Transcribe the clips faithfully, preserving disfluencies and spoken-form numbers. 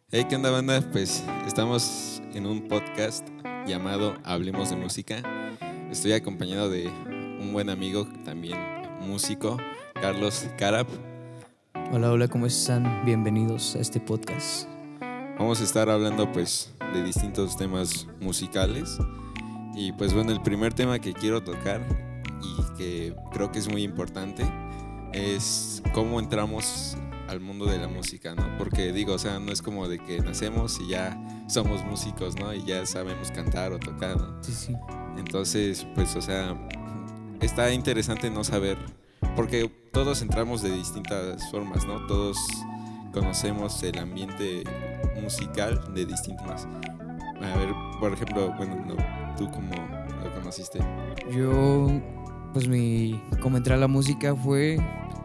Hey, ¿qué onda, banda? Pues estamos en un podcast llamado Hablemos de Música. Estoy acompañado de un buen amigo, también músico, Carlos Carap. Hola, hola, ¿cómo están? Bienvenidos a este podcast. Vamos a estar hablando pues de distintos temas musicales. Y pues bueno, el primer tema que quiero tocar y que creo que es muy importante es cómo entramos al mundo de la música, ¿no? Porque digo, o sea, no es como de que nacemos y ya somos músicos, ¿no? Y ya sabemos cantar o tocar, ¿no? Sí, sí. Entonces, pues, o sea, está interesante no saber, porque todos entramos de distintas formas, ¿no? Todos conocemos el ambiente musical de distintas. A ver, por ejemplo, bueno, no, ¿tú cómo lo conociste? Yo, pues mi, cómo entré a la música fue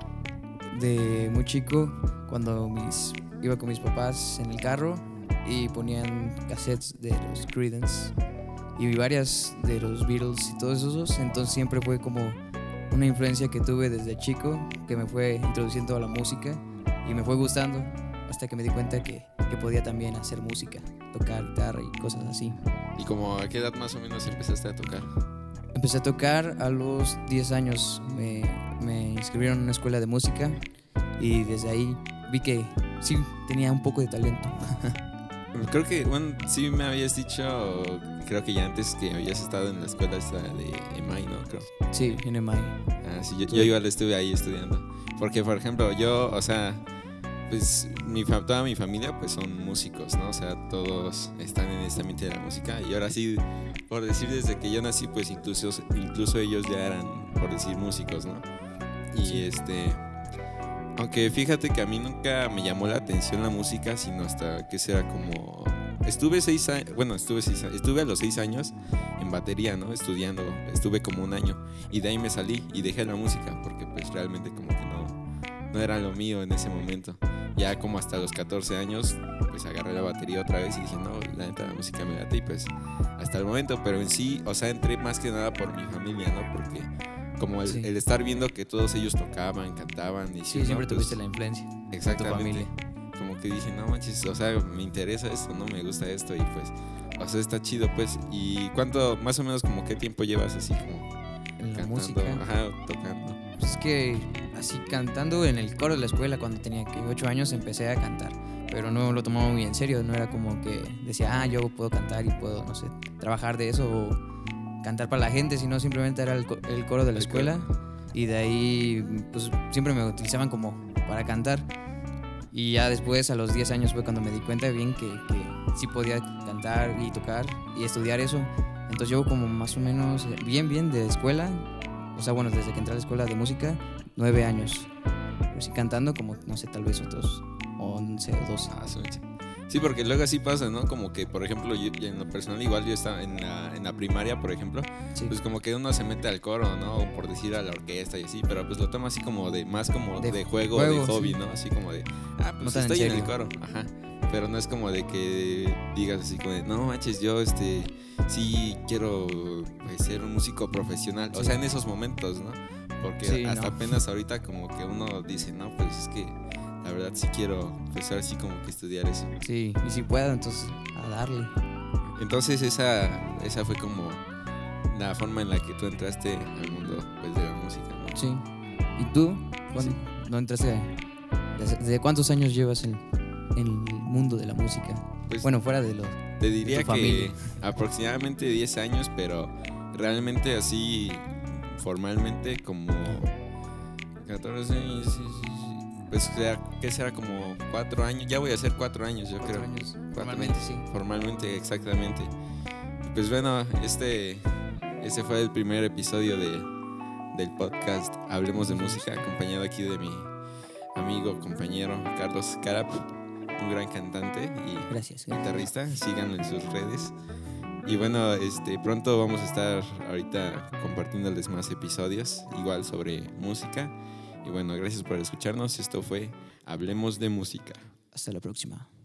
de muy chico, cuando mis, iba con mis papás en el carro y ponían cassettes de los Creedence y varias de los Beatles y todos esos. Entonces siempre fue como una influencia que tuve desde chico, que me fue introduciendo a la música y me fue gustando hasta que me di cuenta que, que podía también hacer música, tocar guitarra y cosas así. ¿Y como a qué edad más o menos empezaste a tocar? Empecé a tocar a los diez años, me, me inscribieron en una escuela de música y desde ahí vi que sí tenía un poco de talento. Creo que, bueno, sí me habías dicho, creo que ya antes que habías estado en la escuela esta de E M A I, ¿no? Creo. Sí, en M I. Ah, sí, yo, yo igual estuve ahí estudiando. Porque, por ejemplo, yo, o sea, pues mi, toda mi familia pues son músicos, ¿no? O sea, todos están en este ambiente de la música. Y ahora sí, por decir, desde que yo nací, pues incluso, incluso ellos ya eran, por decir, músicos, ¿no? Y Sí. este... Aunque fíjate que a mí nunca me llamó la atención la música, sino hasta que será como... Estuve seis años, bueno, estuve seis años, estuve a los seis años en batería, ¿no? Estudiando, estuve como un año y de ahí me salí y dejé la música porque pues realmente como que no, no era lo mío en ese momento. Ya como hasta los catorce años, pues agarré la batería otra vez y dije, no, la neta la música me late y pues hasta el momento, pero en sí, o sea, entré más que nada por mi familia, ¿no? Porque... como el, Sí. el estar viendo que todos ellos tocaban, cantaban y Sí, ¿no? siempre Pues, tuviste la influencia. exactamente. Como que dije, no manches, o sea, me interesa esto, no me gusta esto y pues, o sea, está chido, pues. ¿Y cuánto, más o menos, como qué tiempo llevas así como En la cantando? música. Ajá, tocando. Pues es que así cantando en el coro de la escuela cuando tenía que ocho años empecé a cantar, pero no lo tomaba muy en serio, no era como que decía, ah, yo puedo cantar y puedo, no sé, trabajar de eso o cantar para la gente, sino simplemente era el, co- el coro de la El escuela coro. y de ahí pues siempre me utilizaban como para cantar. Y ya después, a los diez años, fue cuando me di cuenta bien que, que sí podía cantar y tocar y estudiar eso. Entonces llevo como más o menos bien, bien de escuela, o sea, bueno, desde que entré a la escuela de música, nueve años. Pero sí cantando como, no sé, tal vez otros once o doce. Ah, suerte. Sí, porque luego así pasa, ¿no? Como que, por ejemplo, yo, yo en lo personal igual yo estaba en la, en la primaria, por ejemplo, Sí. pues como que uno se mete al coro, ¿no? O por decir a la orquesta y así, pero pues lo toma así como de, más como de, De juego, juego, de hobby, sí. ¿no? Así como de, ah, pues No tan en estoy en, el serio. coro, ajá. Pero no es como de que digas así como de, no manches, yo este, sí quiero pues, ser un músico profesional. O Sí. sea, en esos momentos, ¿no? Porque Sí, hasta no. apenas ahorita como que uno dice, no, pues es que la verdad sí quiero empezar así como que estudiar eso. Sí, y si puedo, entonces a darle. Entonces esa, esa fue como la forma en la que tú entraste al mundo pues, de la música, ¿no? Sí. ¿Y tú? ¿Cuándo no entraste? ¿Desde, desde cuántos años llevas en, en el mundo de la música? Pues, Bueno, fuera de lo... te diría tu que familia. aproximadamente diez años, pero realmente así formalmente como catorce años, sí, sí, sí. Pues será, ¿qué será? Como cuatro años, ya voy a hacer cuatro años yo Cuatro creo. años. Cuatro Formalmente, años. sí. Formalmente, exactamente. Pues bueno, este, este fue el primer episodio de, del podcast Hablemos de Música, acompañado aquí de mi amigo, compañero Carlos Carap, un gran cantante y Gracias. gracias. guitarrista. Síganlo en sus redes. Y bueno, este, pronto vamos a estar ahorita compartiéndoles más episodios, igual sobre música. Y bueno, gracias por escucharnos. Esto fue Hablemos de Música. Hasta la próxima.